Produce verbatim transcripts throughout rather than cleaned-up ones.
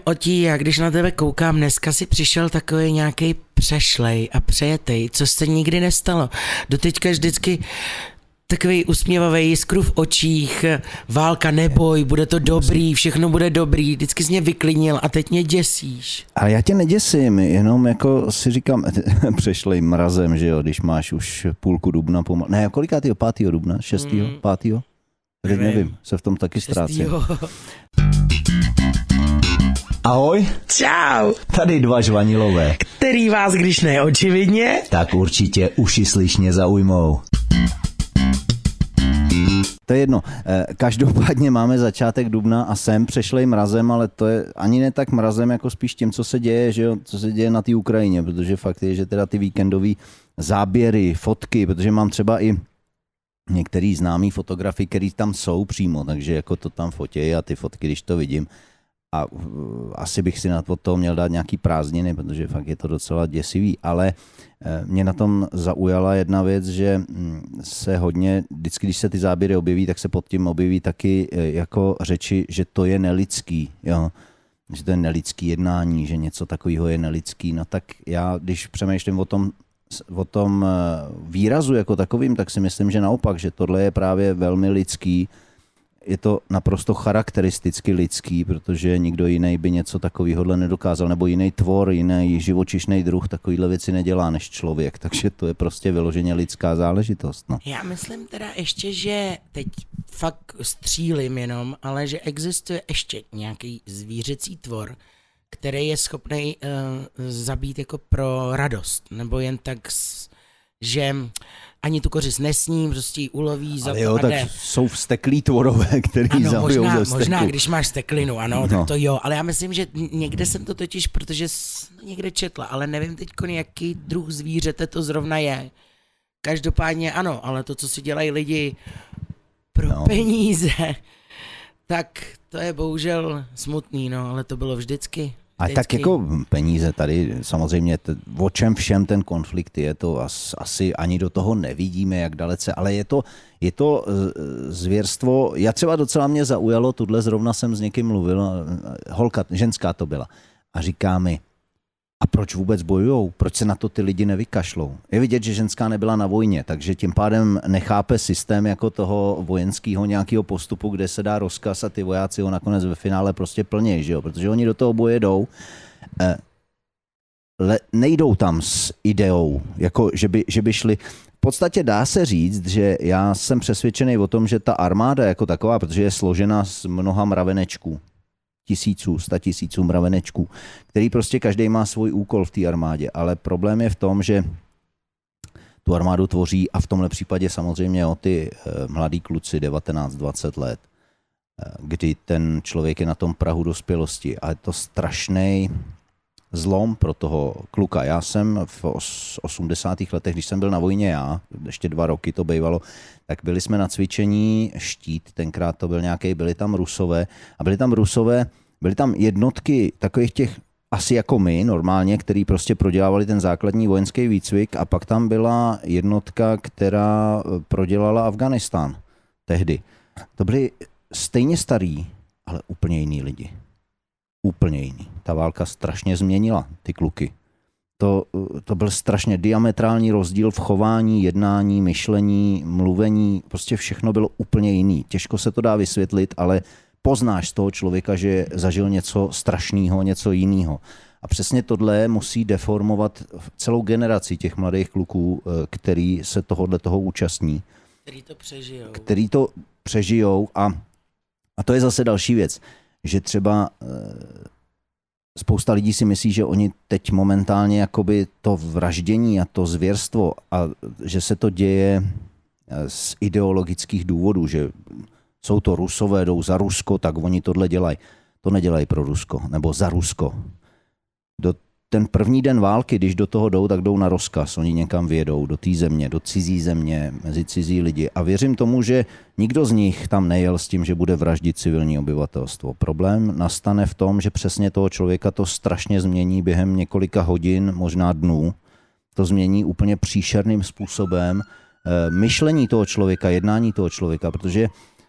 Otí, já když na tebe koukám, dneska si přišel takový nějaký přešlej a přejetej, co se nikdy nestalo. Doteďka vždycky takový usměvavý jiskru v očích, válka neboj, bude to dobrý, všechno bude dobrý, vždycky jsi mě vyklidnil a teď mě děsíš. Ale já tě neděsím, jenom jako si říkám, přešlej mrazem, že jo, když máš už půlku dubna pomalu. Ne, kolikátýho? Pátýho dubna? Šestýho? Mm. Pátýho? Teď nevím, se v tom taky ztrácím. Ahoj. Čau. Tady dva žvanilové. Který vás, když ne očividně, tak určitě uši slyšně zaujmou. To je jedno. Každopádně máme začátek dubna a sem přešlej mrazem, ale to je ani ne tak mrazem, jako spíš tím, co se děje, že jo, co se děje na té Ukrajině, protože fakt je, že teda ty víkendové záběry, fotky, protože mám třeba i některý známý fotografy, který tam jsou přímo, takže jako to tam fotějí a ty fotky, když to vidím, a asi bych si na to měl dát nějaký prázdniny, protože fakt je to docela děsivý, ale mě na tom zaujala jedna věc, že se hodně, vždycky, když se ty záběry objeví, tak se pod tím objeví taky jako řeči, že to je nelidský, jo? Že to je nelidský jednání, že něco takového je nelidský. No tak já, když přemýšlím o tom, o tom výrazu jako takovým, tak si myslím, že naopak, že tohle je právě velmi lidský. Je to naprosto charakteristicky lidský, protože nikdo jiný by něco takového nedokázal, nebo jiný tvor, jiný živočišný druh takovýhle věci nedělá než člověk, takže to je prostě vyloženě lidská záležitost. No. Já myslím teda ještě, že teď fakt střílim jenom, ale že existuje ještě nějaký zvířecí tvor, který je schopný uh, zabít jako pro radost, nebo jen tak, že ani tu kořist nesní, prostě ji uloví, ale jo, tak jsou vsteklí tvorové, který ano, zabijou možná, ze steku. možná, když máš steklinu, ano, no. Tak to jo, ale já myslím, že někde jsem to totiž, protože někde četla, ale nevím teď, jaký druh zvířete to zrovna je. Každopádně ano, ale to, co si dělají lidi pro no. peníze, tak to je bohužel smutný, no, ale to bylo vždycky. A tak jako peníze tady samozřejmě, o čem všem ten konflikt je, to asi ani do toho nevidíme, jak dalece, ale je to, je to zvěrstvo, já třeba docela mě zaujalo, tudle zrovna jsem s někým mluvil, holka, ženská to byla, a říká mi, a proč vůbec bojujou? Proč se na to ty lidi nevykašlou? Je vidět, že ženská nebyla na vojně, takže tím pádem nechápe systém jako toho vojenského nějakého postupu, kde se dá rozkaz a ty vojáci ho nakonec ve finále prostě plnějí, že jo? Protože oni do toho boje jdou, le, nejdou tam s ideou, jako že by, že by šli. V podstatě dá se říct, že já jsem přesvědčený o tom, že ta armáda jako taková, protože je složena z mnoha mravenečků, tisíců, sta tisíců mravenečků, který prostě každý má svůj úkol v té armádě, ale problém je v tom, že tu armádu tvoří a v tomhle případě samozřejmě o ty mladí kluci devatenáct dvacet let, kdy ten člověk je na tom prahu dospělosti a je to strašný zlom pro toho kluka. Já jsem v osmdesátých letech, když jsem byl na vojně já, ještě dva roky to bývalo, tak byli jsme na cvičení Štít, tenkrát to byl nějaký, byli tam Rusové a byli tam Rusové, byly tam jednotky takových těch asi jako my normálně, který prostě prodělávali ten základní vojenský výcvik a pak tam byla jednotka, která prodělala Afghánistán tehdy. To byli stejně starý, ale úplně jiný lidi. Úplně jiný. Ta válka strašně změnila ty kluky. To, to byl strašně diametrální rozdíl v chování, jednání, myšlení, mluvení. Prostě všechno bylo úplně jiný. Těžko se to dá vysvětlit, ale poznáš z toho člověka, že zažil něco strašného, něco jiného. A přesně tohle musí deformovat celou generaci těch mladých kluků, který se tohohle toho účastní. Který to přežijou. Který to přežijou a, a to je zase další věc, že třeba spousta lidí si myslí, že oni teď momentálně jakoby to vraždění a to zvěrstvo a že se to děje z ideologických důvodů, že jsou to Rusové, jdou za Rusko, tak oni tohle dělají. To nedělají pro Rusko, nebo za Rusko. Do ten první den války, když do toho jdou, tak jdou na rozkaz. Oni někam vědou, do té země, do cizí země, mezi cizí lidi. A věřím tomu, že nikdo z nich tam nejel s tím, že bude vraždit civilní obyvatelstvo. Problém nastane v tom, že přesně toho člověka to strašně změní během několika hodin, možná dnů. To změní úplně příšerným způsobem myšlení toho člověka, jednání toho člověka, protože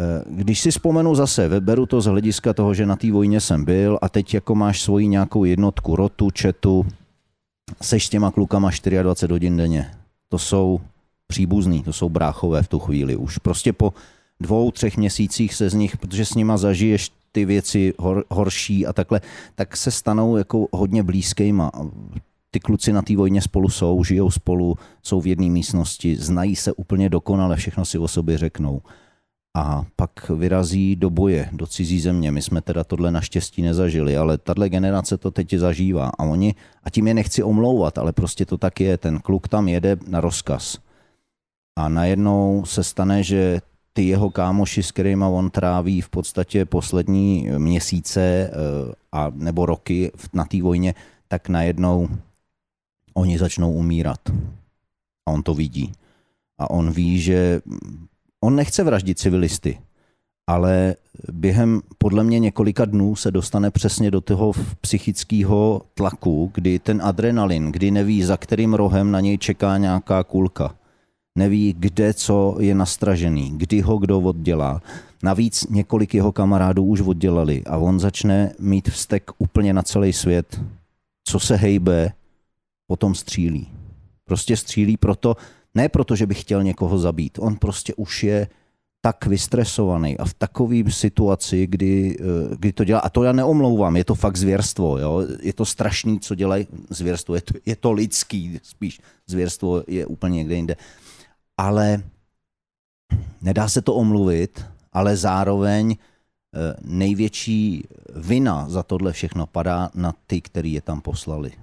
Když si vzpomenu zase, beru to z hlediska toho, že na té vojně jsem byl a teď jako máš svoji nějakou jednotku, rotu, četu, seš s těma klukama dvacet čtyři hodin denně. To jsou příbuzní, to jsou bráchové v tu chvíli už. Prostě po dvou, třech měsících se z nich, protože s nima zažiješ ty věci hor, horší a takhle, tak se stanou jako hodně blízkejma. Ty kluci na té vojně spolu jsou, žijou spolu, jsou v jedné místnosti, znají se úplně dokonale, všechno si o sobě řeknou. A pak vyrazí do boje, do cizí země. My jsme teda tohle naštěstí nezažili, ale tahle generace to teď zažívá. A oni, a tím je nechci omlouvat, ale prostě to tak je. Ten kluk tam jede na rozkaz. A najednou se stane, že ty jeho kámoši, s kterýma on tráví v podstatě poslední měsíce a nebo roky na té vojně, tak najednou oni začnou umírat. A on to vidí. A on ví, že on nechce vraždit civilisty, ale během podle mě několika dnů se dostane přesně do toho psychického tlaku, kdy ten adrenalin, kdy neví, za kterým rohem na něj čeká nějaká kulka. Neví, kde co je nastražený, kdy ho kdo oddělá. Navíc několik jeho kamarádů už oddělali a on začne mít vztek úplně na celý svět. Co se hejbe, potom střílí. Prostě střílí proto, ne proto, že by chtěl někoho zabít. On prostě už je tak vystresovaný a v takové situaci, kdy, kdy to dělá, a to já neomlouvám, je to fakt zvěrstvo, jo? Je to strašný, co dělají zvěrstvo, je to, je to lidský, spíš zvěrstvo je úplně někde jinde. Ale nedá se to omluvit, ale zároveň největší vina za tohle všechno padá na ty, který je tam poslali.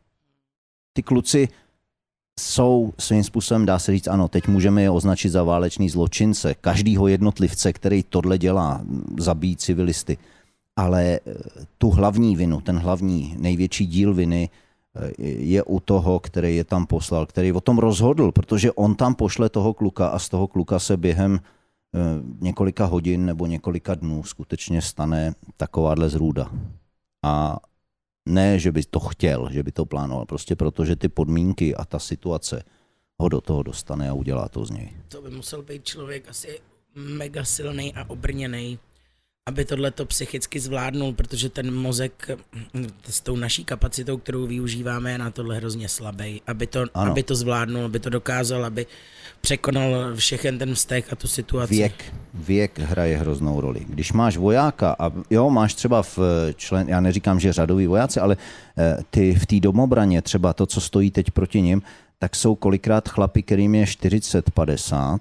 Ty kluci jsou svým způsobem, dá se říct, ano, teď můžeme je označit za válečný zločince, každýho jednotlivce, který tohle dělá, zabíjí civilisty. Ale tu hlavní vinu, ten hlavní, největší díl viny je u toho, který je tam poslal, který o tom rozhodl, protože on tam pošle toho kluka a z toho kluka se během několika hodin nebo několika dnů skutečně stane takováhle zrůda. A ne, že by to chtěl, že by to plánoval, prostě protože ty podmínky a ta situace ho do toho dostane a udělá to z něj. To by musel být člověk asi mega silný a obrněný, aby tohleto psychicky zvládnul, protože ten mozek s tou naší kapacitou, kterou využíváme, je na tohle hrozně slabý. Aby to, aby to zvládnul, aby to dokázal, aby překonal všechen ten vztek a tu situaci. Věk, věk hraje hroznou roli. Když máš vojáka a jo, máš třeba v člen, já neříkám, že řadový vojáci, ale ty v té domobraně, třeba to, co stojí teď proti nim, tak jsou kolikrát chlapi, kterým je čtyřicet padesát.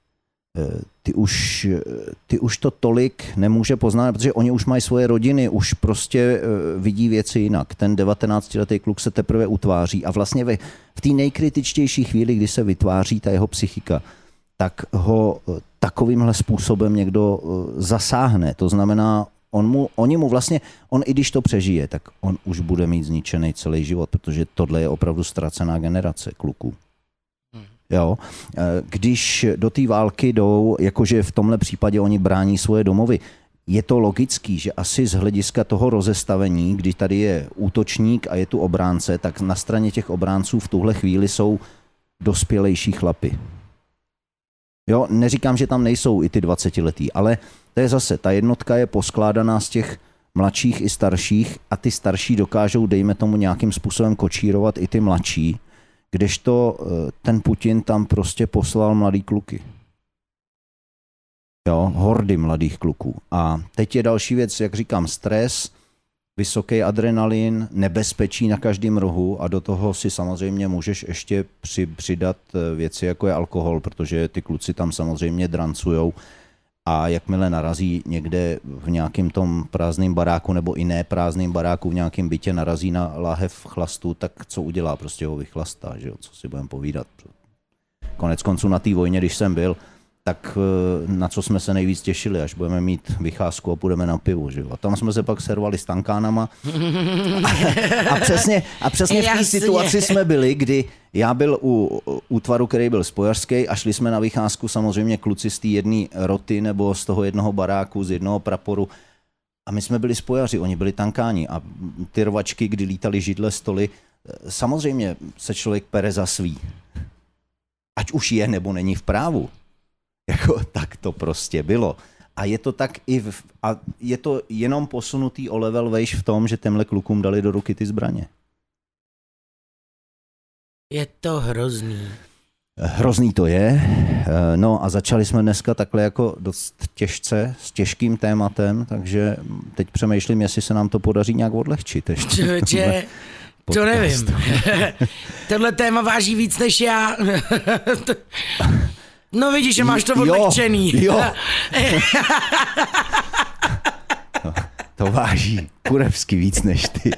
Ty už, ty už to tolik nemůže poznat, protože oni už mají svoje rodiny, už prostě vidí věci jinak. Ten devatenáctiletý kluk se teprve utváří a vlastně ve, v té nejkritičtější chvíli, kdy se vytváří ta jeho psychika, tak ho takovýmhle způsobem někdo zasáhne. To znamená, on mu, oni mu vlastně, on i když to přežije, tak on už bude mít zničený celý život, protože tohle je opravdu ztracená generace kluků. Jo. Když do té války jdou, jakože v tomhle případě oni brání svoje domovy, je to logický, že asi z hlediska toho rozestavení, kdy tady je útočník a je tu obránce, tak na straně těch obránců v tuhle chvíli jsou dospělejší chlapy. Jo, neříkám, že tam nejsou i ty dvacetiletí, ale to je zase, ta jednotka je poskládaná z těch mladších i starších a ty starší dokážou, dejme tomu, nějakým způsobem kočírovat i ty mladší, kdežto ten Putin tam prostě poslal mladý kluky. Jo, hordy mladých kluků. A teď je další věc, jak říkám, stres, vysoký adrenalin, nebezpečí na každém rohu a do toho si samozřejmě můžeš ještě při, přidat věci, jako je alkohol, protože ty kluci tam samozřejmě drancujou a jakmile narazí někde v nějakém tom prázdném baráku nebo i ne prázdném baráku v nějakém bytě narazí na láhev chlastu, tak co udělá? Prostě ho vychlastá, že jo? Co si budeme povídat. Konec konců na té vojně, když jsem byl, tak na co jsme se nejvíc těšili, až budeme mít vycházku a půjdeme na pivo, že jo? A tam jsme se pak servali s tankánama. A, a přesně, a přesně v té situaci jsme byli, kdy já byl u útvaru, který byl spojařský a šli jsme na vycházku samozřejmě kluci z té jedné roty nebo z toho jednoho baráku, z jednoho praporu. A my jsme byli spojaři, oni byli tankáni a ty rvačky, kdy lítali židle, stoly, samozřejmě se člověk pere za svý. Ať už je nebo není v právu. Jako, tak to prostě bylo. A je to tak i v, a je to jenom posunutý o level vejš v tom, že těmhle klukům dali do ruky ty zbraně. Je to hrozný. Hrozný to je. No a začali jsme dneska takhle jako dost těžce, s těžkým tématem, takže teď přemýšlím, jestli se nám to podaří nějak odlehčit. Člověče, to nevím. Tohle téma váží víc než já. No vidíš, že máš to odlehčený. Jo, jo. No, to váží kurevsky víc než ty.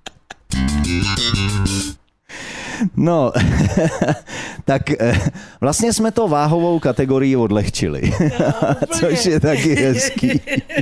No, tak vlastně jsme to váhovou kategorii odlehčili, což je taky hezký.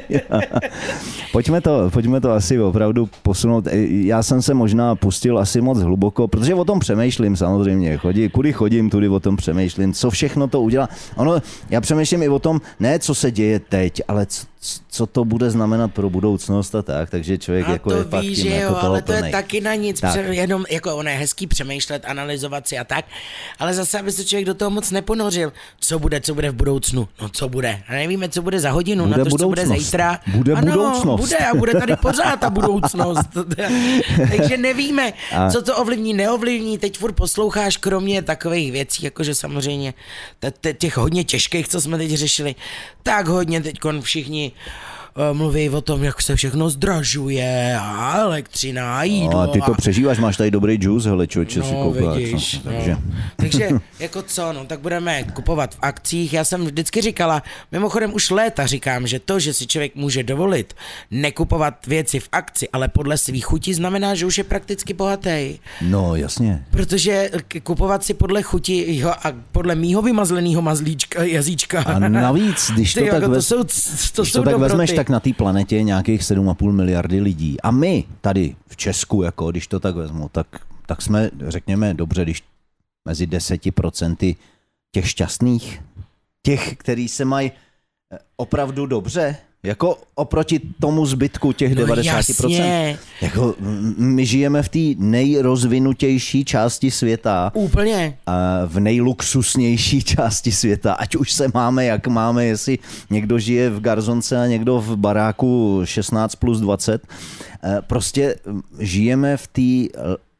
Pojďme to, pojďme to asi opravdu posunout. Já jsem se možná pustil asi moc hluboko, protože o tom přemýšlím samozřejmě. Chodí, kudy chodím, tudy o tom přemýšlím, co všechno to udělá. Ono, já přemýšlím i o tom, ne co se děje teď, ale co, co to bude znamenat pro budoucnost a tak, takže člověk a jako to je ví, fakt že tím, jo, jako ale to je nej. taky na nic, tak. Pře- jenom jako ono je hezký přemýšlet, analyzovat si a tak, ale zase, aby se člověk do toho moc neponořil, co bude, co bude v budoucnu, no co bude, a nevíme, co bude za hodinu, bude na to, co bude zítra. Bude ano, budoucnost. bude a bude tady pořád ta budoucnost, takže nevíme, a... co to ovlivní, neovlivní, teď furt posloucháš, kromě takových věcí, jakože samozřejmě těch hodně těžkých, co jsme teď řešili, tak hodně teďkon všichni mluví o tom, jak se všechno zdražuje a elektřina a jídlo. No, a ty to přežíváš, máš tady dobrý džus, hele člověče, no, si koupil. Vidíš, no, takže. No. takže jako co, no tak budeme kupovat v akcích. Já jsem vždycky říkala, mimochodem už léta říkám, že to, že si člověk může dovolit nekupovat věci v akci, ale podle svých chutí, znamená, že už je prakticky bohatý. No, jasně. Protože kupovat si podle chuti jo, a podle mýho vymazleného mazlíčka, jazyčka. A navíc, když to ty, tak, jako vez, to jsou, to když jsou to tak dobroty. vezmeš, tak na té planetě je nějakých sedm a půl miliardy lidí. A my tady v Česku, jako, když to tak vezmu, tak, tak jsme, řekněme, dobře, když mezi deseti procenty těch šťastných, těch, který se mají opravdu dobře, jako oproti tomu zbytku těch no devadesát procent. Jasně. Jako my žijeme v té nejrozvinutější části světa. Úplně. A v nejluxusnější části světa. Ať už se máme, jak máme, jestli někdo žije v garzonce a někdo v baráku šestnáct plus dvacet. Prostě žijeme v té...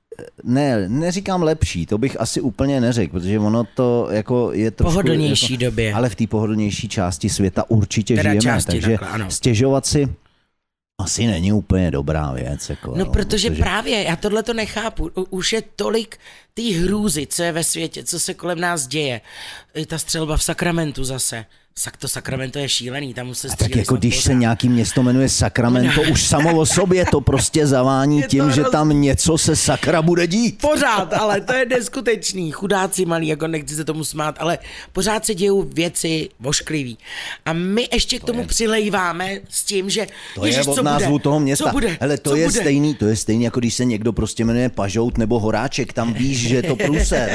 Ne, neříkám lepší, to bych asi úplně neřekl, protože ono to jako je trošku... Pohodlnější jako, době. Ale v té pohodlnější části světa určitě teda žijeme, části, takže takhle, stěžovat si asi není úplně dobrá věc. Jako, no, no, protože, protože právě, já tohle to nechápu. U, už je tolik té hrůzy, co je ve světě, co se kolem nás děje. I ta střelba v Sacramentu zase. Sak to Sacramento je šílený, tam se střílí. Tak jako když pořád. Se nějaký město jmenuje Sacramento, už samo o sobě to prostě zavání je tím, že roz... tam něco se sakra bude dít. Pořád, ale to je neskutečný. Chudáci malí, jako nechci se tomu smát, ale pořád se dějou věci vošklivý. A my ještě k tomu je... přilejváme s tím, že to ježiš, je od co názvu bude? toho města. Co bude? Hele, to co je bude? stejný, to je stejný, jako když se někdo prostě jmenuje Pažout nebo Horáček, tam víš, že je to průser.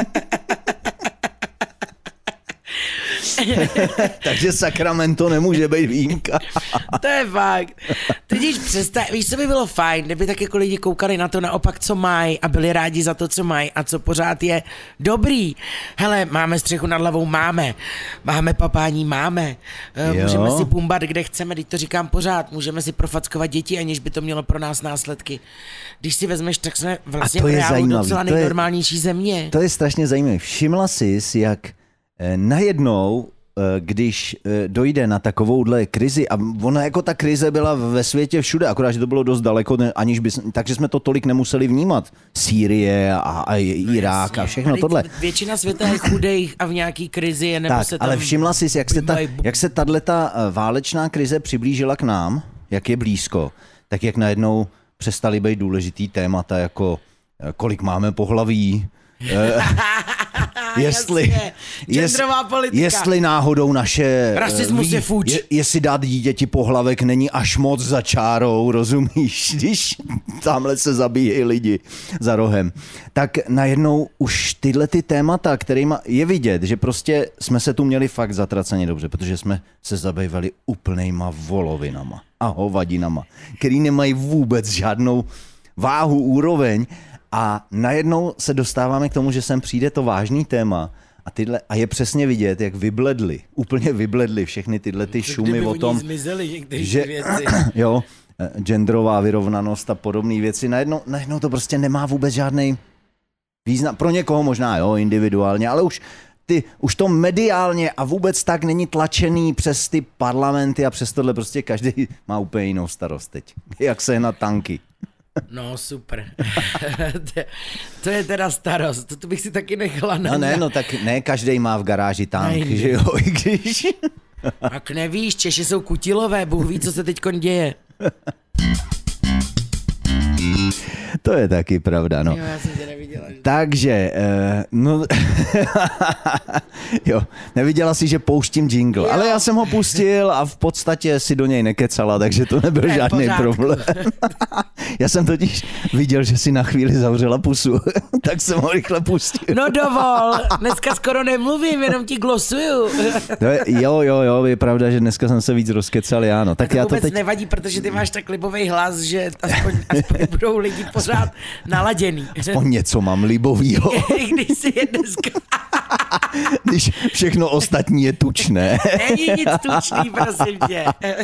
Takže Sacramento nemůže být výjimka. To je fakt. Tudíž představ, víš, co by bylo fajn, kdyby tak jako lidi koukali na to naopak, co mají a byli rádi za to, co mají a co pořád je dobrý. Hele, máme střechu nad hlavou, máme. Máme papání, máme. Jo. Můžeme si bumbat, kde chceme, teď to říkám pořád. Můžeme si profackovat děti, aniž by to mělo pro nás následky. Když si vezmeš, tak jsme vlastně v reálu docela nejnormálnější země. To je strašně zajímavé. Všimla jsi, jak najednou, když dojde na takovouhle krizi, a ona jako ta krize byla ve světě všude, akorát, že to bylo dost daleko, aniž by, takže jsme to tolik nemuseli vnímat. Sýrie a, a Irák no, a všechno a tohle. Většina světa je chudých a v nějaký krizi je, nebo tak, se tam... ale všimla jsi, jak se, ta, jak se tato válečná krize přiblížila k nám, jak je blízko, tak jak najednou přestali být důležitý témata, jako kolik máme pohlaví, jestli, jest, jestli náhodou naše rasismus ví, je fuč. Je, jestli dát dítěti pohlavek není až moc za čárou, rozumíš, když tamhle se zabíjí lidi za rohem. Tak najednou už tyhle ty témata, kterýma je vidět, že prostě jsme se tu měli fakt zatraceně dobře, protože jsme se zabývali úplnejma volovinama a hovadinama, který nemají vůbec žádnou váhu, úroveň. A najednou se dostáváme k tomu, že sem přijde to vážný téma a A, tyhle, a je přesně vidět, jak vybledly, úplně vybledly všechny tyhle ty šumy o tom, zmizeli, že věci. jo, genderová vyrovnanost a podobné věci. Najednou, najednou to prostě nemá vůbec žádný význam. Pro někoho možná, jo, individuálně, ale už, ty, už to mediálně a vůbec tak není tlačený přes ty parlamenty a přes tohle prostě každý má úplně jinou starost teď. Jak se na tanky. No super. To je teda starost, to, to bych si taky nechala na. No ne, no tak ne každý má v garáži tank, Nejde. Že jo, i když... Tak nevíš, Češi jsou kutilové, Bůh ví, co se teďkon děje. To je taky pravda, no. Jo, já jsem tě neviděla. Že... Takže, uh, no, jo, neviděla si, že pouštím jingle, jo. Ale já jsem ho pustil a v podstatě si do něj nekecala, takže to nebyl ne, žádný pořádku. Problém. Já jsem totiž viděl, že si na chvíli zavřela pusu, tak jsem ho rychle pustil. No dovol, dneska skoro nemluvím, jenom ti glosuju. Je, jo, jo, jo, je pravda, že dneska jsem se víc rozkecal, já no. Tak to já vůbec to teď... nevadí, protože ty máš tak libový hlas, že aspoň, aspoň budou lidi pořád naladěný. Aspoň něco mám libovýho. Když si je dneska... Když všechno ostatní je tučné. Není nic tučný, prosím tě.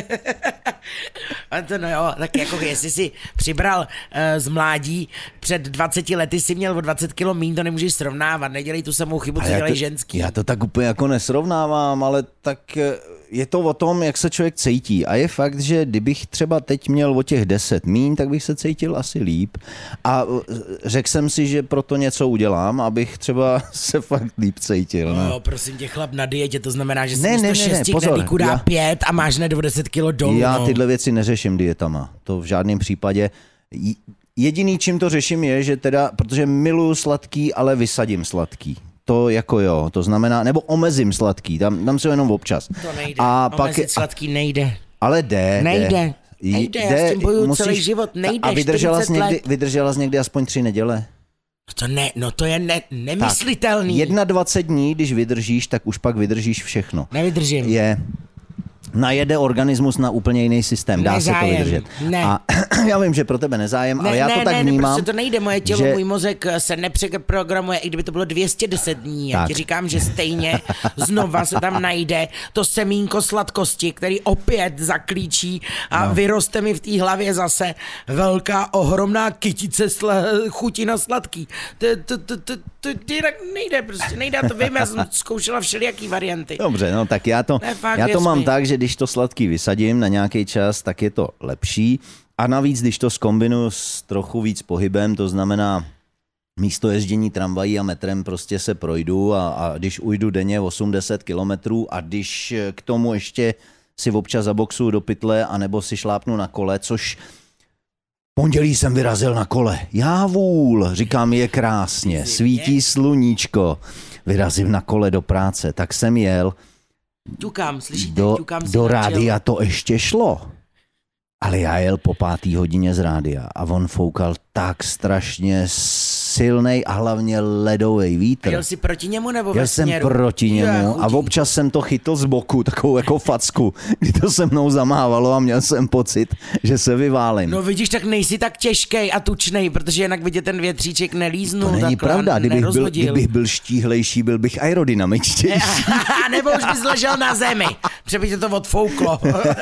A to no jo, tak jako jestli si přibral uh, z mládí, před dvaceti lety si měl o dvacet kilo míň, to nemůžeš srovnávat, nedělej tu samou chybu, co dělají ženský. Já to tak úplně jako nesrovnávám, ale tak je to o tom, jak se člověk cítí. A je fakt, že kdybych třeba teď měl o těch deset míň, tak bych se cítil asi líp. A řekl jsem si, že proto něco udělám, abych třeba se fakt líp cítil. No, no prosím tě, chlap na dietě, to znamená, že si ne, místo ne, ne, šesti pozor, knedlíků dá já... pět a máš hned o deset kilo dolů. Já no. tyhle věci neřeším dietama. To v žádném případě. Jediný, čím to řeším, je, že teda, protože miluju sladký, ale vysadím sladký. To jako jo, to znamená, nebo omezím sladký, tam, tam se jenom občas. To nejde, a omezit pak, sladký nejde. Ale jde, Nejde. Jde, nejde já s tím bojuju musíš, celý život, nejde, a vydržela jsi, někdy, let. vydržela jsi někdy aspoň tři neděle? To ne, no to je ne, nemyslitelný. Tak, dvacet jedna dní, když vydržíš, tak už pak vydržíš všechno. Nevydržím. Je... Najede organismus na úplně jiný systém, dá nezájem. Se to vydržet. Ne. A já vím, že pro tebe nezájem, ne, ale já ne, to tak ne, vnímám. Ne, prostě to nejde, moje tělo, že... můj mozek se nepřeprogramuje, i kdyby to bylo dvě stě deset dní. Já tak. ti říkám, že stejně znova se tam najde to semínko sladkosti, který opět zaklíčí a no. Vyroste mi v té hlavě zase velká, ohromná kytice sl- chutí na sladký. To, to, to, to, to, to nejde, prostě nejde, to vím, já jsem zkoušela všelijaký varianty. Dobře, no tak já to, fakt, já to mám mi. tak, že když to sladký vysadím na nějaký čas, tak je to lepší. A navíc, když to zkombinuju s trochu víc pohybem, to znamená místo jezdění tramvají a metrem prostě se projdu a, a když ujdu denně osm deset kilometrů a když k tomu ještě si občas zaboxuju do pytle anebo si šlápnu na kole, což pondělí jsem vyrazil na kole. Já vůl, říkám, je krásně, svítí sluníčko, vyrazím na kole do práce, tak jsem jel. Ťukám, slyšíte? Do, Ťukám si do rádia to ještě šlo. Ale já jel po pátý hodině z rádia a on foukal tak strašně silnej a hlavně ledový vítr. A jel jsi proti němu nebo jel ve jsem směru? proti němu Já, a občas jsem to chytl z boku, takovou jako facku, kdy to se mnou zamávalo a měl jsem pocit, že se vyválím. No vidíš, tak nejsi tak těžkej a tučnej, protože jinak by tě ten větříček nelíznul. To není pravda, kdybych byl, kdybych byl štíhlejší, byl bych aerodynamičtější. Nebo už bys ležel na zemi, protože by tě to odfouklo.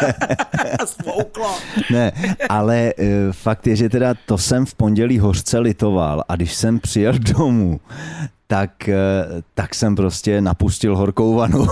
Sfouklo. Ne, ale uh, fakt je, že teda to jsem v pondělí hořce litoval a když jsem přijel domů, tak, uh, tak jsem prostě napustil horkou vanu.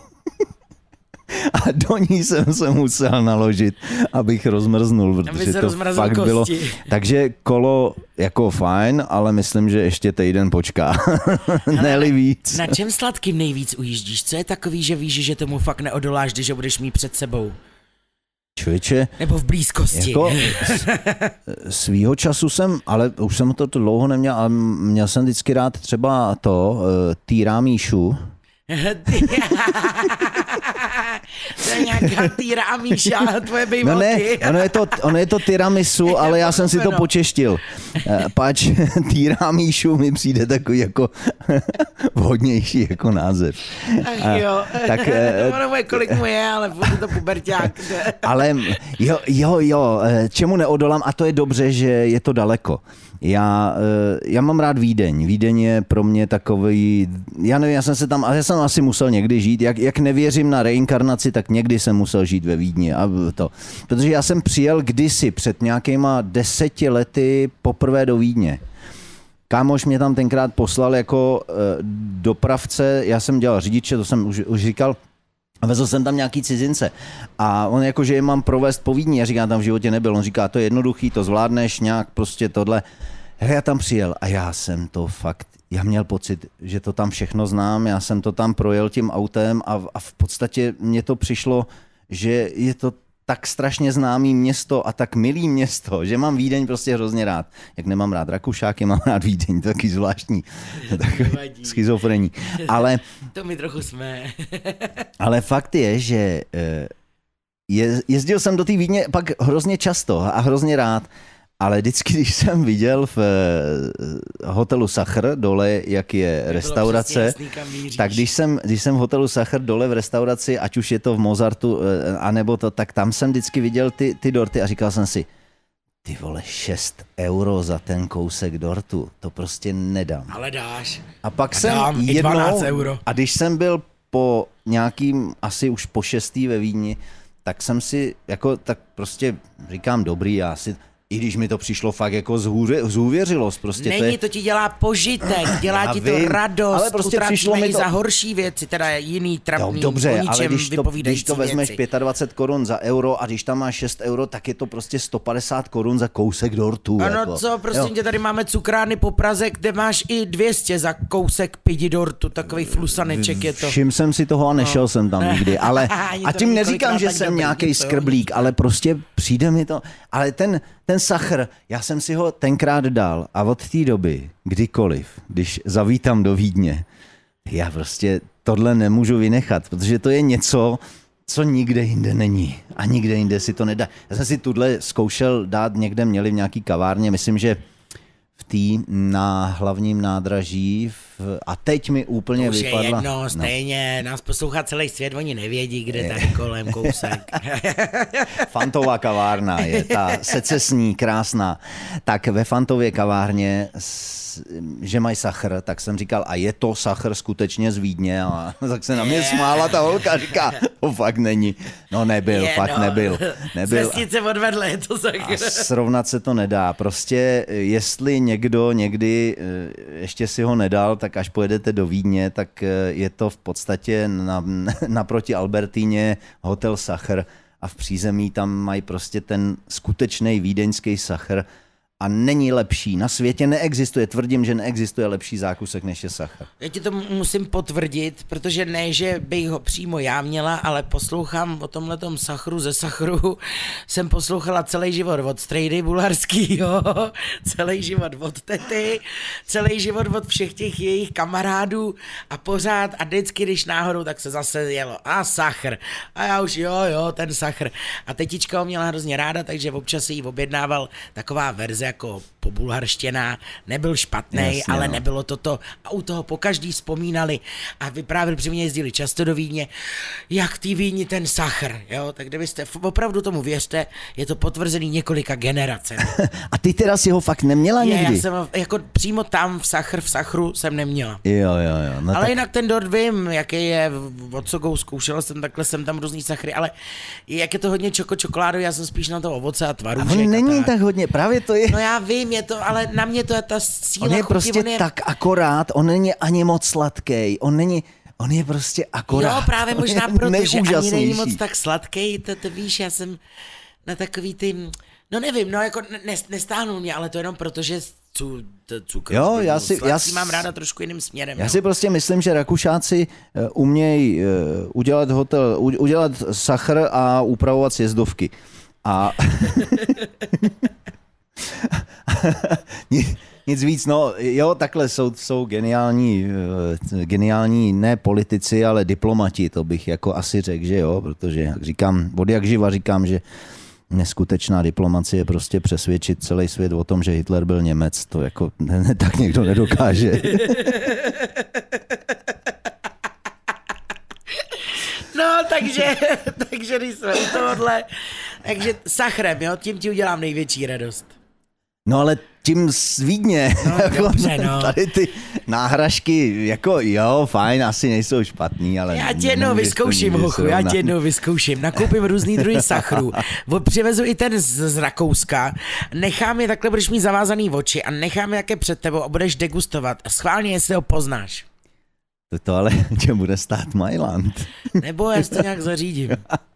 A do ní jsem se musel naložit, abych rozmrznul, protože to fakt kosti. Bylo. Takže kolo jako fajn, ale myslím, že ještě týden počká. Ne-li víc. Na čem sladkým nejvíc ujíždíš? Co je takový, že víš, že tomu fakt neodoláš, když ho budeš mít před sebou? Člověče, nebo v blízkosti. Jako svýho času jsem, ale už jsem to dlouho neměl, ale měl jsem vždycky rád třeba to, týrá míšu. To je nějaká týra Míša, tvoje bejvalky. No ne, ono je to, ono je to tiramisu, ale já jsem si to počeštil. Pač týramíšu mi přijde takový jako vhodnější jako název. Ach jo, tak, ono moje, kolik mu je, ale bude to puberťák. Ale jo, jo, jo, čemu neodolám, a to je dobře, že je to daleko. Já, já mám rád Vídeň. Vídeň je pro mě takový, já nevím, já jsem se tam, já jsem asi musel někdy žít, jak, jak nevěřím na reinkarnaci, tak někdy jsem musel žít ve Vídni. A to. Protože já jsem přijel kdysi před nějakýma deseti lety poprvé do Vídně. Kámoš mě tam tenkrát poslal jako dopravce, já jsem dělal řidiče, to jsem už, už říkal, a vezl jsem tam nějaký cizince a on jako, že je mám provést po Vídni, já říkám, tam v životě nebyl, on říká, to je jednoduchý, to zvládneš nějak, prostě tohle. Hele, já tam přijel a já jsem to fakt, já měl pocit, že to tam všechno znám, já jsem to tam projel tím autem a, a v podstatě mně to přišlo, že je to tak strašně známý město a tak milý město, že mám Vídeň prostě hrozně rád. Jak nemám rád Rakušáky, mám rád Vídeň, to je taky zvláštní, takový schizofrení. Ale, to mi trochu jsme. Ale fakt je, že je, jezdil jsem do té Vídně pak hrozně často a hrozně rád, ale vždycky, když jsem viděl v hotelu Sachr dole, jak je restaurace, jasný, tak když jsem, když jsem v hotelu Sachr dole v restauraci, ať už je to v Mozartu, anebo to, tak tam jsem vždycky viděl ty, ty dorty a říkal jsem si, ty vole, šest euro za ten kousek dortu, to prostě nedám. Ale dáš. A pak a jsem dám jednou, euro. A když jsem byl po nějakým, asi už po šestý ve Vídni, tak jsem si, jako, tak prostě říkám, dobrý, já si... I když mi to přišlo fakt jako zhůvěřilost. Prostě Není, to, je... to ti dělá požitek, dělá já ti vím, to radost, ale prostě přišlo mi i to... za horší věci, teda jiný trapný, no, dobře, ale když to, když to vezmeš věci. dvacet pět korun za euro a když tam máš šest euro, tak je to prostě sto padesát korun za kousek dortu. Ano, jako. co, prostě tě tady máme cukrárny po Praze, kde máš i dvě stě za kousek pidi dortu, takový flusaneček je to. Všim jsem si toho a nešel no. jsem tam nikdy, ale a tím neříkám, že jsem nějaký skrblík, ale prostě přijde mi to, ale ten Ten Sachr, já jsem si ho tenkrát dal a od té doby, kdykoliv, když zavítám do Vídně, já prostě tohle nemůžu vynechat, protože to je něco, co nikde jinde není a nikde jinde si to nedá. Já jsem si tuhle zkoušel dát, někde měli v nějaký kavárně, myslím, že v té na hlavním nádraží v, a teď mi úplně to už vypadla. Je jedno, stejně, no. Nás poslouchá celý svět, oni nevědí, kde je tady kolem kousek. Fantová kavárna je ta secesní, krásná. Tak ve Fantově kavárně, že mají Sachr, tak jsem říkal, a je to Sachr skutečně z Vídně? A tak se na mě smála ta holka a říká, to fakt není. No nebyl, je, fakt no. nebyl. nebyl. Z vesnice odvedle je to Sachr. A srovnat se to nedá. Prostě jestli někdo někdy ještě si ho nedal, tak až pojedete do Vídně, tak je to v podstatě na, naproti Albertíně hotel Sachr a v přízemí tam mají prostě ten skutečný vídeňský Sachr a není lepší. Na světě neexistuje, tvrdím, že neexistuje lepší zákusek než je Sachr. Já ti to musím potvrdit, protože ne, že bych ho přímo já měla, ale poslouchám o tomhletom Sachru ze Sachru. Jsem poslouchala celý život od Strejdy Bulharskýho, celý život od tety, celý život od všech těch jejich kamarádů a pořád a vždycky, když náhodou, tak se zase jelo. A Sachr. A já už jo, jo, ten Sachr. A tetička ho měla hrozně ráda, takže občas si ji objednával taková verze jako pobulharštěná, nebyl špatný, ale no. nebylo toto. A u toho pokaždý vzpomínali a vyprávěli, při mě jezdili často do Vídně, jak v té Vídni ten Sachr, jo, tak kdybyste opravdu tomu věřte, je to potvrzený několika generacemi. A ty teda si ho fakt neměla je, nikdy? Já jsem jako přímo tam v Sachr, v Sachru jsem neměla. Jo, jo, jo. No ale tak... jinak ten dort vím, jaký je, od Sogou zkoušela jsem, takhle jsem tam různý Sachry, ale jak je to hodně čoko čokoládový, já jsem spíš na to ovoce a tvarůžek. A on není tak. tak hodně, právě to je. No já vím, je to, ale na mě to je ta síla on je chuti, prostě on je... tak akorát, on není ani moc sladký, on není, on je prostě akorát. Jo, právě možná proto, že ani není moc tak sladký, to, to víš, já jsem na takový ty, no nevím, no jako ne, nestáhnul mě, ale to jenom proto, že cu, cukr, jo, já si, já si mám ráda trošku jiným směrem. Já jo. si prostě myslím, že Rakušáci umějí udělat hotel, udělat Sachr a upravovat sjezdovky. A Nic víc, no jo, takhle jsou, jsou geniální, geniální ne politici, ale diplomati, to bych jako asi řekl, že jo, protože jak říkám, od jak živa říkám, že neskutečná diplomacie je prostě přesvědčit celý svět o tom, že Hitler byl Němec, to jako ne, tak někdo nedokáže. No, takže, takže když jsme u tohohle, takže sachrem, jo, tím ti udělám největší radost. No ale tím z Vídně, No, jako, dobře, no. Tady ty náhražky, jako jo, fajn, asi nejsou špatný, ale... Já tě jednou vyzkouším, hochu, já tě jednou vyzkouším. Nakoupím různý druhy sachru, přivezu i ten z, z Rakouska, nechám je takhle, budeš mít zavázaný oči a nechám je jaké před tebou a budeš degustovat. Schválně, jestli ho poznáš. To, to ale tě bude stát Mailand. Nebo já si to nějak zařídím.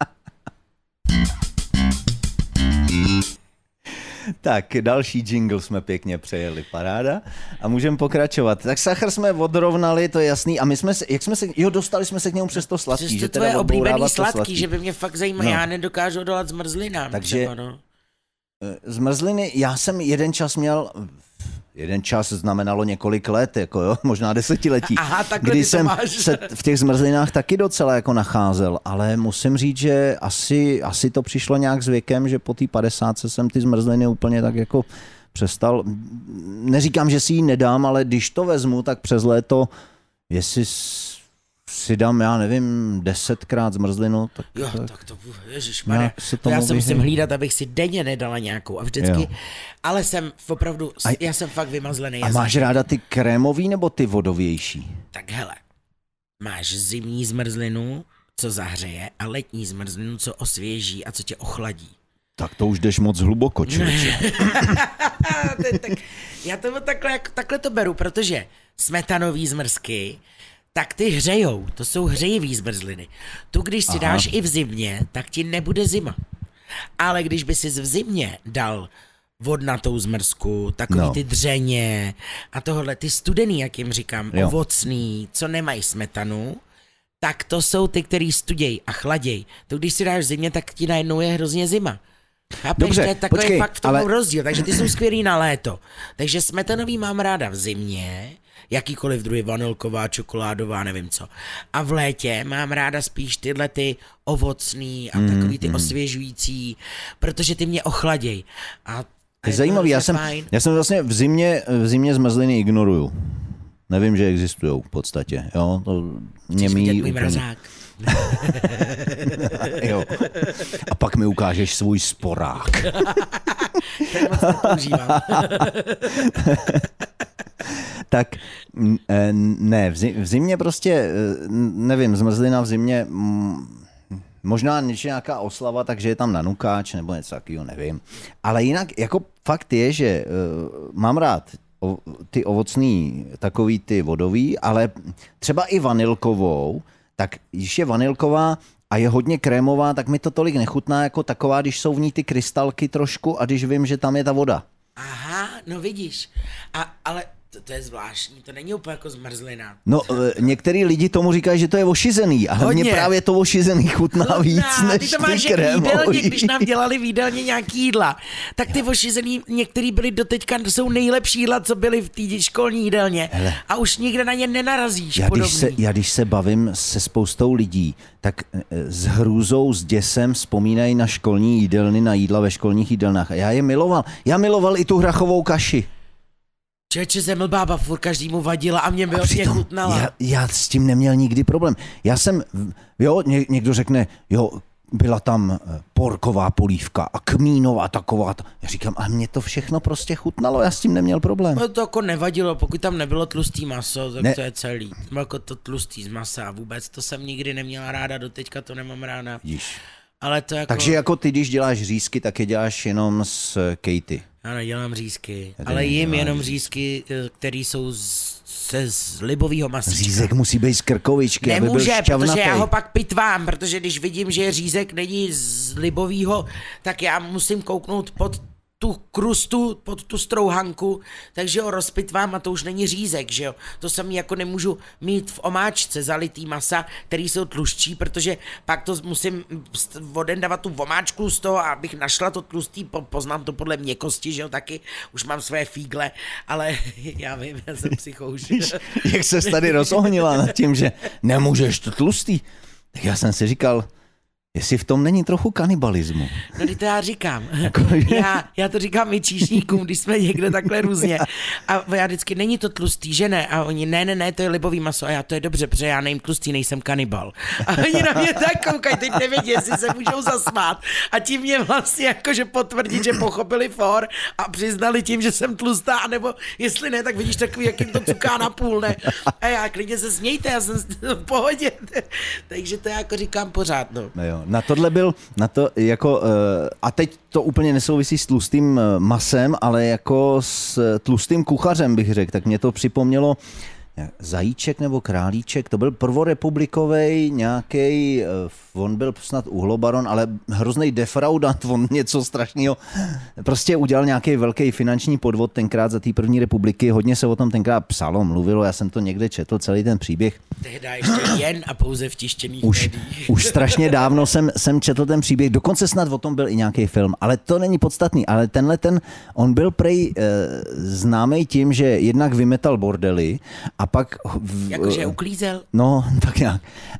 Tak, další jingle jsme pěkně přejeli, paráda. A můžeme pokračovat. Tak sachr jsme odrovnali, to je jasný. A my jsme se, jak jsme se, jo, dostali jsme se k němu přes to sladký. Přes to že tvoje teda oblíbený sladký, sladký, že by mě fakt zajímalo, No. já nedokážu odolat zmrzlinám. Takže třeba, no. zmrzliny, já jsem jeden čas měl, jeden čas znamenalo několik let, jako jo, možná desetiletí, Aha, takhle kdy ty to jsem máš. se v těch zmrzlinách taky docela jako nacházel, ale musím říct, že asi, asi to přišlo nějak s věkem, že po té padesátce jsem ty zmrzliny úplně tak jako přestal, neříkám, že si ji nedám, ale když to vezmu, tak přes léto, jestli si dám, já nevím, desetkrát zmrzlinu, tak... Jo, tak, tak to, ježišmarja, se to já tomu se musím vyhnu. hlídat, abych si denně nedala nějakou a vždycky, Jo. ale jsem opravdu, A- já jsem fakt vymazlený. A já máš jsem- ráda ty krémový nebo ty vodovější? Tak hele, máš zimní zmrzlinu, co zahřeje, a letní zmrzlinu, co osvěží a co tě ochladí. Tak to už jdeš moc hluboko, člověče. To je tak, já to takhle, takhle to beru, protože smetanový zmrzky, tak ty hřejou, to jsou hřejivý zmrzliny. Tu, když si Aha. dáš i v zimě, tak ti nebude zima. Ale když by si v zimě dal vodnatou zmrzku, takový No. ty dřeně a tohle, ty studený, jak jim říkám, Jo. ovocný, co nemají smetanu, tak to jsou ty, který studěj a chladěj. To když si dáš v zimě, tak ti najednou je hrozně zima. Chápeš, Dobře, to je takový počkej, fakt v tom ale- rozdíl, takže ty jsou skvělý na léto. Takže smetanový mám ráda v zimě, jakýkoliv druhy, vanilková, čokoládová, nevím co. A v létě mám ráda spíš tyhle ty ovocný a takový ty osvěžující, protože ty mě ochladěj. A To je zajímavý, já jsem, já jsem vlastně v zimě, v zimě zmrzliny ignoruju. Nevím, že existují v podstatě. Jo, to mě Chceš vidět míjí můj úplně. mrazák? Jo. A pak mi ukážeš svůj sporák. Ten moc nepoužívám. Tak mm, eh, ne, v zi- v zimě prostě, eh, nevím, zmrzlina v zimě, mm, možná nějaká oslava, takže je tam nanukáč nebo něco takového, nevím. Ale jinak, jako fakt je, že uh, mám rád o, ty ovocný, takový ty vodový, ale třeba i vanilkovou, tak když je vanilková a je hodně krémová, tak mi to tolik nechutná jako taková, když jsou v ní ty krystalky trošku a když vím, že tam je ta voda. Aha, no vidíš. A, ale to, to je zvláštní, to není úplně jako zmrzlina. No, eh, některý lidi tomu říkají, že to je ošizený, ale Hodně. mně právě to ošizený chutná víc, Chutná, než ty to ty máš jak jídelně, krémový. když nám dělali v jídelně nějaký jídla. Tak ty ošizený, některý byli doteďka, jsou nejlepší jídla, co byly v té školní jídelně. Hele. A už nikde na ně nenarazíš Já podobný. když, se, já když se bavím se spoustou lidí, tak eh, s hrůzou, s děsem vzpomínají na školní jídelny, na jídla ve školních jídelnách. A já je miloval. Já miloval i tu hrachovou kaši. Čeče, zemlbába furt každému vadila a mě bylo mě chutnala. já, já s tím neměl nikdy problém. Já jsem, jo, ně, někdo řekne, jo, byla tam eh, porková polívka a kmínová taková. Já říkám, a mně to všechno prostě chutnalo, já s tím neměl problém. No to jako nevadilo, pokud tam nebylo tlustý maso, tak Ne. to je celý. No jako to tlustý z masa, vůbec to jsem nikdy neměla ráda, doteďka to nemám ráda. Vidíš. Ale to jako... Takže jako ty, když děláš řízky, tak je děláš jenom s Katy. Já nedělám řízky, Já ale taky jim nedělám jenom řízky, které jsou z, ze z libovýho masíčka. Řízek musí být z krkovičky, aby byl Nemůže, šťavnatý. protože já ho pak pitvám, protože když vidím, že řízek není z libovýho, tak já musím kouknout pod tu krustu pod tu strouhanku, takže ho rozpitvám a to už není řízek, že jo. To samý jako nemůžu mít v omáčce zalitý masa, který jsou tluščí, protože pak to musím voden dávat tu omáčku z toho, abych našla to tlustý, poznám to podle měkkosti, že jo, taky už mám své fígle, ale já vím, já jsem psychouš. Jak ses tady rozohnila nad tím, že nemůžeš to tlustý, tak já jsem si říkal, jestli v tom není trochu kanibalismu. No, to já říkám. Já, já to říkám i číšníkům, když jsme někde takhle různě. A já vždycky, není to tlustý, že ne? A oni, ne, ne, ne, to je libový maso. A já, to je dobře, protože já nejím tlustý, nejsem kanibal. A oni na mě tak koukají, teď nevědí, jestli se můžou zasmát. A tím mě vlastně jakože potvrdit, že pochopili for a přiznali tím, že jsem tlustá, anebo jestli ne, tak vidíš takový, jak jim to cuká na půl, ne? A já, klidně se smějte, já jsem v pohodě. Takže to já jako říkám pořád, no. No jo. Na tohle byl, na to jako, a teď to úplně nesouvisí s tlustým masem, ale jako s tlustým kuchařem bych řekl, tak mě to připomnělo Zajíček nebo Králíček, to byl prvorepublikovej nějaký, on byl snad uhlobaron, ale hrozný defraudant, on něco strašného, prostě udělal nějaký velký finanční podvod tenkrát za té první republiky, hodně se o tom tenkrát psalo, mluvilo, já jsem to někde četl, celý ten příběh. Tehdy ještě jen a pouze v tištěných už, médiích. Už strašně dávno jsem, jsem četl ten příběh, dokonce snad o tom byl i nějaký film, ale to není podstatný, ale tenhle ten, on byl prej e, známý tím, že jednak vymetal bordely a pak... Jakože uklízel? No, tak nějak.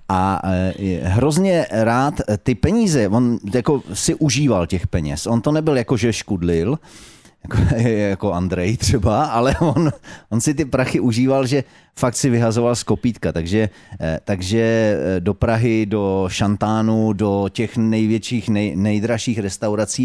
A e, hrozně rád ty peníze, on jako si užíval těch peněz. On to nebyl jako, že škudlil, jako, jako Andrej třeba, ale on, on si ty prachy užíval, že fakt si vyhazoval z kopítka. Takže, takže do Prahy, do Šantánu, do těch největších, nej, nejdražších restaurací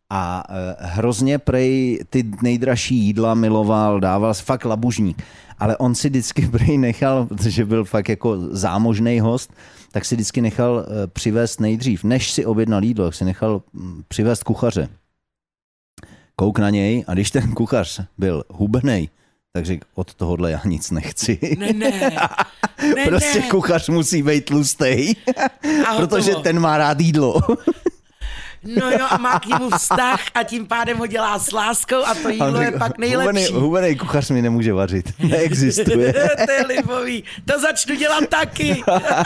a hrozně prej ty nejdražší jídla miloval, dával fakt labužník. Ale on si vždycky prej nechal, protože byl fakt jako zámožný host, tak si vždycky nechal přivést nejdřív, než si objednal jídlo, tak si nechal přivést kuchaře. Kouk na něj a když ten kuchař byl hubenej, tak řekl, od tohohle já nic nechci. Ne, ne. ne prostě ne. Kuchař musí být tlustej, protože ten má rád jídlo. No jo, a má k němu vztah a tím pádem ho dělá s láskou a to jídlo řekl, je pak nejlepší. Hubenej, hubenej kuchař mi nemůže vařit. Neexistuje. To je libový. To začnu dělat taky.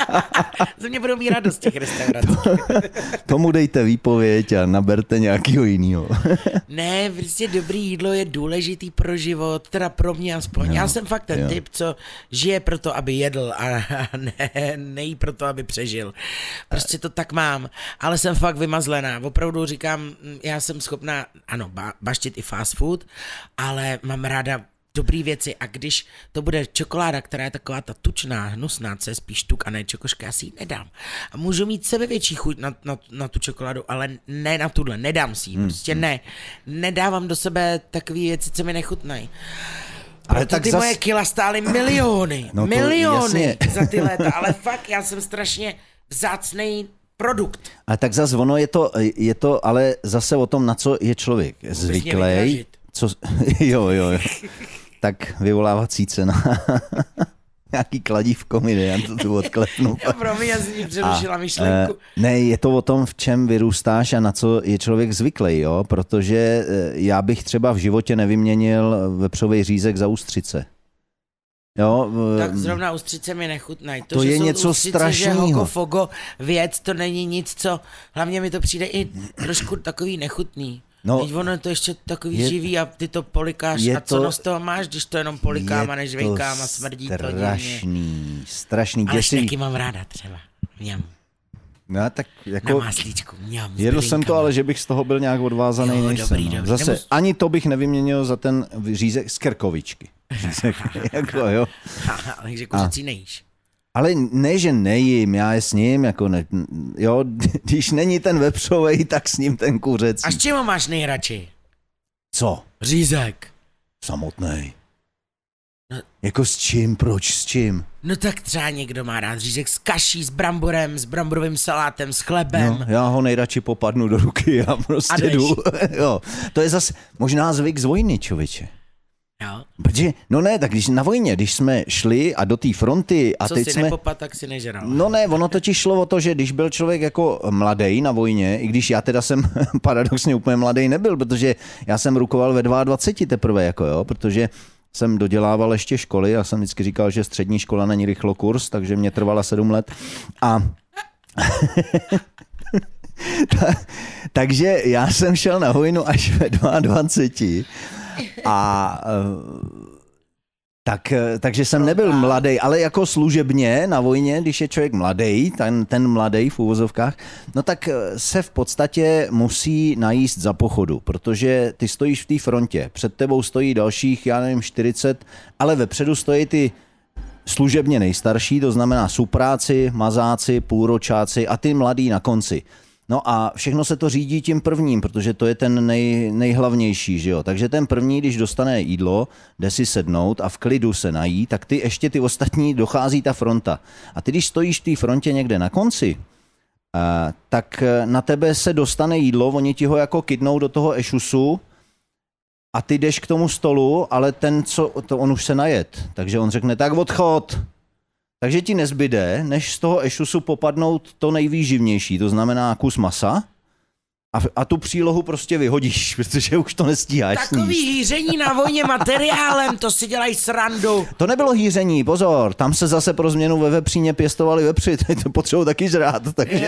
Ze mě budou mít radost těch restaurací. To, tomu dejte výpověď a naberte nějakého jiného. Ne, prostě dobrý jídlo je důležitý pro život, teda pro mě aspoň. Jo, Já jsem fakt ten jo. typ, co žije proto, aby jedl a ne, nejí proto, aby přežil. Prostě to tak mám, ale jsem fakt vymazlená. Opravdu říkám, já jsem schopná, ano, ba, baštit i fast food, ale mám ráda dobrý věci a když to bude čokoláda, která je taková ta tučná, hnusná, co je spíš tuk a ne čokoška, já si ji nedám. A můžu mít sebevětší chuť na, na, na tu čokoládu, ale ne na tuhle, nedám si ji, hmm. prostě ne. Nedávám do sebe takové věci, co mi nechutnají. Ale proto tak ty zas... moje kila stály miliony, no miliony za ty léta, ale fakt já jsem strašně vzácnej produkt. A tak zase ono je to, je to ale zase o tom, na co je člověk zvyklý. Co, jo, jo, jo. Tak vyvolávací cena. Nějaký kladívko mi jde, já to tu odklepnu. Já promiň, já jsem mi přerušila myšlenku. Ne, je to o tom, v čem vyrůstáš a na co je člověk zvyklý, jo? Protože já bych třeba v životě nevyměnil vepřový řízek za ústřice. Jo, tak zrovna ústřice mi nechutnají. To, to že je jsou něco ústřice, strašného. Že hoko, fogo, věc, to není nic, co... Hlavně mi to přijde i trošku takový nechutný. No, teď ono je to ještě takový je, živý a ty to polikáš. A co to, z toho máš, když to jenom polikám a nežvejkám a smrdí to divně. Strašný, strašný. Ale šneky mám ráda třeba. Mňam. No, tak jako, na máslíčku, mňam. Jedl jsem to, ale že bych z toho byl nějak odvázaný, jo, nejsem. Dobrý, dobrý. Zase Nebo... ani to bych nevyměnil za ten řízek z krkovičky. Řízek, jako, jo. Takže kuřecí nejíš. Ale ne, že nejím, já je s ním, jako ne, jo, když není ten vepřovej, tak s ním ten kuřecí. A s čím ho máš nejradši? Co? Řízek. Samotnej. No, jako s čím, proč s čím? No tak třeba někdo má rád řízek s kaší, s bramborem, s bramborovým salátem, s chlebem. No, já ho nejradši popadnu do ruky a prostě a jdu. Jo, to je zase možná zvyk z vojny, člověče. No. Protože, no ne, tak když na vojně, když jsme šli a do té fronty a Co teď si jsme... nepopad, tak si nežral. No ne, ono totiž šlo o to, že když byl člověk jako mladý na vojně, i když já teda jsem paradoxně úplně mladý nebyl, protože já jsem rukoval ve dvaceti dvou teprve, jako jo, protože jsem dodělával ještě školy a jsem vždycky říkal, že střední škola není rychlokurs, takže mě trvala sedm let a... Takže já jsem šel na vojnu až ve dvaceti dvou a tak, takže jsem nebyl mladý, ale jako služebně na vojně, když je člověk mladý, ten, ten mladý v úvozovkách, no tak se v podstatě musí najíst za pochodu, protože ty stojíš v té frontě, před tebou stojí dalších, já nevím, čtyřicet, ale vepředu stojí ty služebně nejstarší, to znamená supráci, mazáci, půlročáci a ty mladí na konci. No a všechno se to řídí tím prvním, protože to je ten nej, nejhlavnější, že jo. Takže ten první, když dostane jídlo, jde si sednout a v klidu se nají, tak ty ještě ty ostatní dochází ta fronta. A ty, když stojíš v té frontě někde na konci, tak na tebe se dostane jídlo, oni ti ho jako kydnou do toho ešusu a ty jdeš k tomu stolu, ale ten, co, to on už se najet. Takže on řekne, tak odchod. Takže ti nezbyde, než z toho ešusu popadnout to nejvýživnější, to znamená kus masa a, a tu přílohu prostě vyhodíš, protože už to nestíháš. Takový sníst. Hýření na vojně materiálem, to si dělají srandu. To nebylo hýření, pozor, tam se zase pro změnu ve vepříně pěstovali vepři, to potřebují taky žrát. Takže...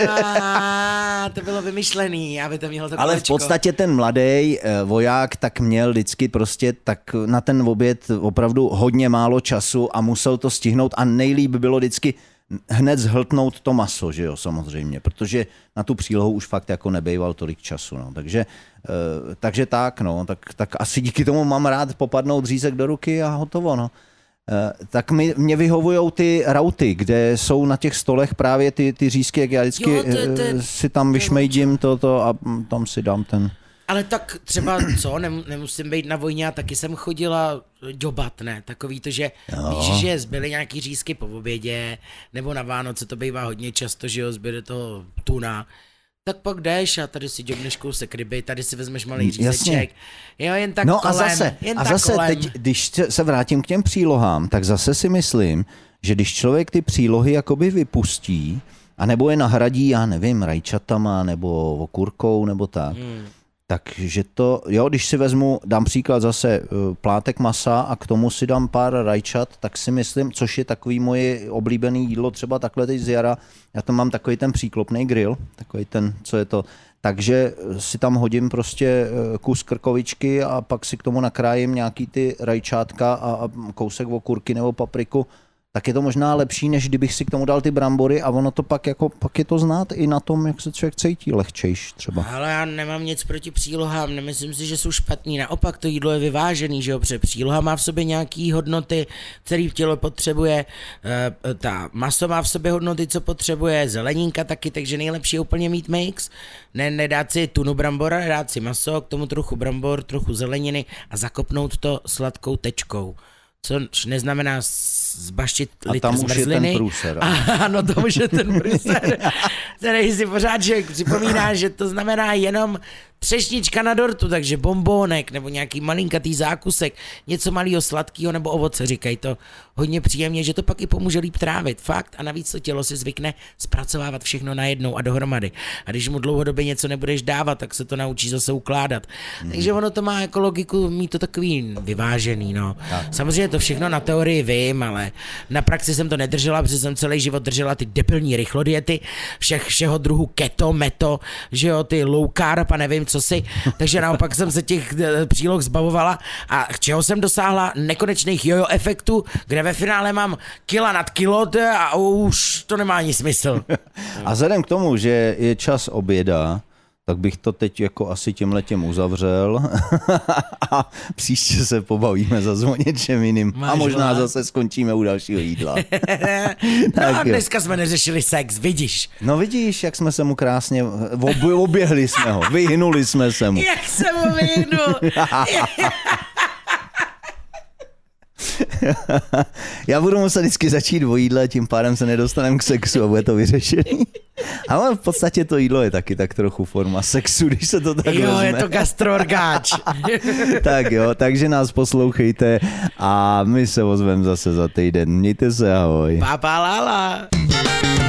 Já, to bylo vymyšlený, aby to mělo to Ale kolečko. v podstatě ten mladý voják tak měl vždycky prostě tak na ten oběd opravdu hodně málo času a musel to stihnout a nejlíp bylo vždycky hned zhltnout to maso, že jo, samozřejmě, protože na tu přílohu už fakt jako nebejval tolik času, no, takže, uh, takže tak, no, tak, tak asi díky tomu mám rád popadnout řízek do ruky a hotovo, no. Uh, tak mi, mě vyhovujou ty rauty, kde jsou na těch stolech právě ty, ty řízky, jak já vždycky jo, ty, ty, uh, si tam vyšmejdím toto a tam si dám ten... Ale tak třeba co, nemusím být na vojně a taky jsem chodila ďobat, ne? Takový to, že jo. Víš, že zbyly nějaký řízky po obědě, nebo na Vánoce to bývá hodně často, že jo, zbyde toho tuna. Tak pak jdeš a tady si ďobneš kousek ryby, tady si vezmeš malý řízeček. Jo, jen tak no kolem, a zase, jen a tak zase kolem. teď, když se vrátím k těm přílohám, tak zase si myslím, že když člověk ty přílohy jakoby vypustí, a nebo je nahradí, já nevím, rajčatama, nebo okurkou, nebo tak, hmm. Takže to, jo, když si vezmu, dám příklad zase plátek masa a k tomu si dám pár rajčat, tak si myslím, což je takový moje oblíbené jídlo, třeba takhle teď z jara, já tam mám takový ten příklopný grill, takový ten, co je to, takže si tam hodím prostě kus krkovičky a pak si k tomu nakrájím nějaký ty rajčátka a, a kousek okurky nebo papriku, tak je to možná lepší, než kdybych si k tomu dal ty brambory a ono to pak jako, pak je to znát i na tom, jak se člověk cítí lehčejš třeba. Ale já nemám nic proti přílohám, nemyslím si, že jsou špatný, naopak to jídlo je vyvážený, že jo, protože příloha má v sobě nějaký hodnoty, který tělo potřebuje, e, ta maso má v sobě hodnoty, co potřebuje, zeleninka taky, takže nejlepší je úplně mít mix, ne, nedát si tunu brambora, nedát si maso, k tomu trochu brambor, trochu zeleniny a zakopnout to sladkou tečkou. Což neznamená zbaštit litr zmrzliny. A tam už je ten průser. Ano, to už je ten průser. Který si pořád člověk připomíná, že to znamená jenom třešnička na dortu, takže bombónek nebo nějaký malinkatý zákusek, něco malého sladkého nebo ovoce, říkají to hodně příjemně, že to pak i pomůže líp trávit, fakt. A navíc to tělo si zvykne zpracovávat všechno najednou a dohromady. A když mu dlouhodobě něco nebudeš dávat, tak se to naučí zase ukládat. Hmm. Takže ono to má jako logiku mít to takový vyvážený, no. Tak. Samozřejmě to všechno na teorii vím, ale na praxi jsem to nedržela, protože jsem celý život držela ty debilní rychlodiety, všech, všeho druhu keto, meto, že jo, ty low carb a nevím, co si, takže naopak jsem se těch příloh zbavovala a čeho jsem dosáhla nekonečných jojo efektů, kde ve finále mám kila nad kilo a už to nemá ani smysl. A vzhledem k tomu, že je čas oběda, tak bych to teď jako asi tímhletěm uzavřel a příště se pobavíme za o něčem jiným. Máš a možná vlád? Zase skončíme u dalšího jídla. No a dneska jsme neřešili sex, vidíš. No vidíš, jak jsme se mu krásně, oběhli jsme ho, vyhnuli jsme se mu. Jak jsem ho vyhnul. Já budu muset vždycky začít o jídle, tím pádem se nedostaneme k sexu a bude to vyřešený. Ale v podstatě to jídlo je taky tak trochu forma sexu, když se to tak Jo, vezme. je to gastroorgáč. Tak jo, takže nás poslouchejte a my se ozveme zase za týden. Mějte se, ahoj. Papa lala.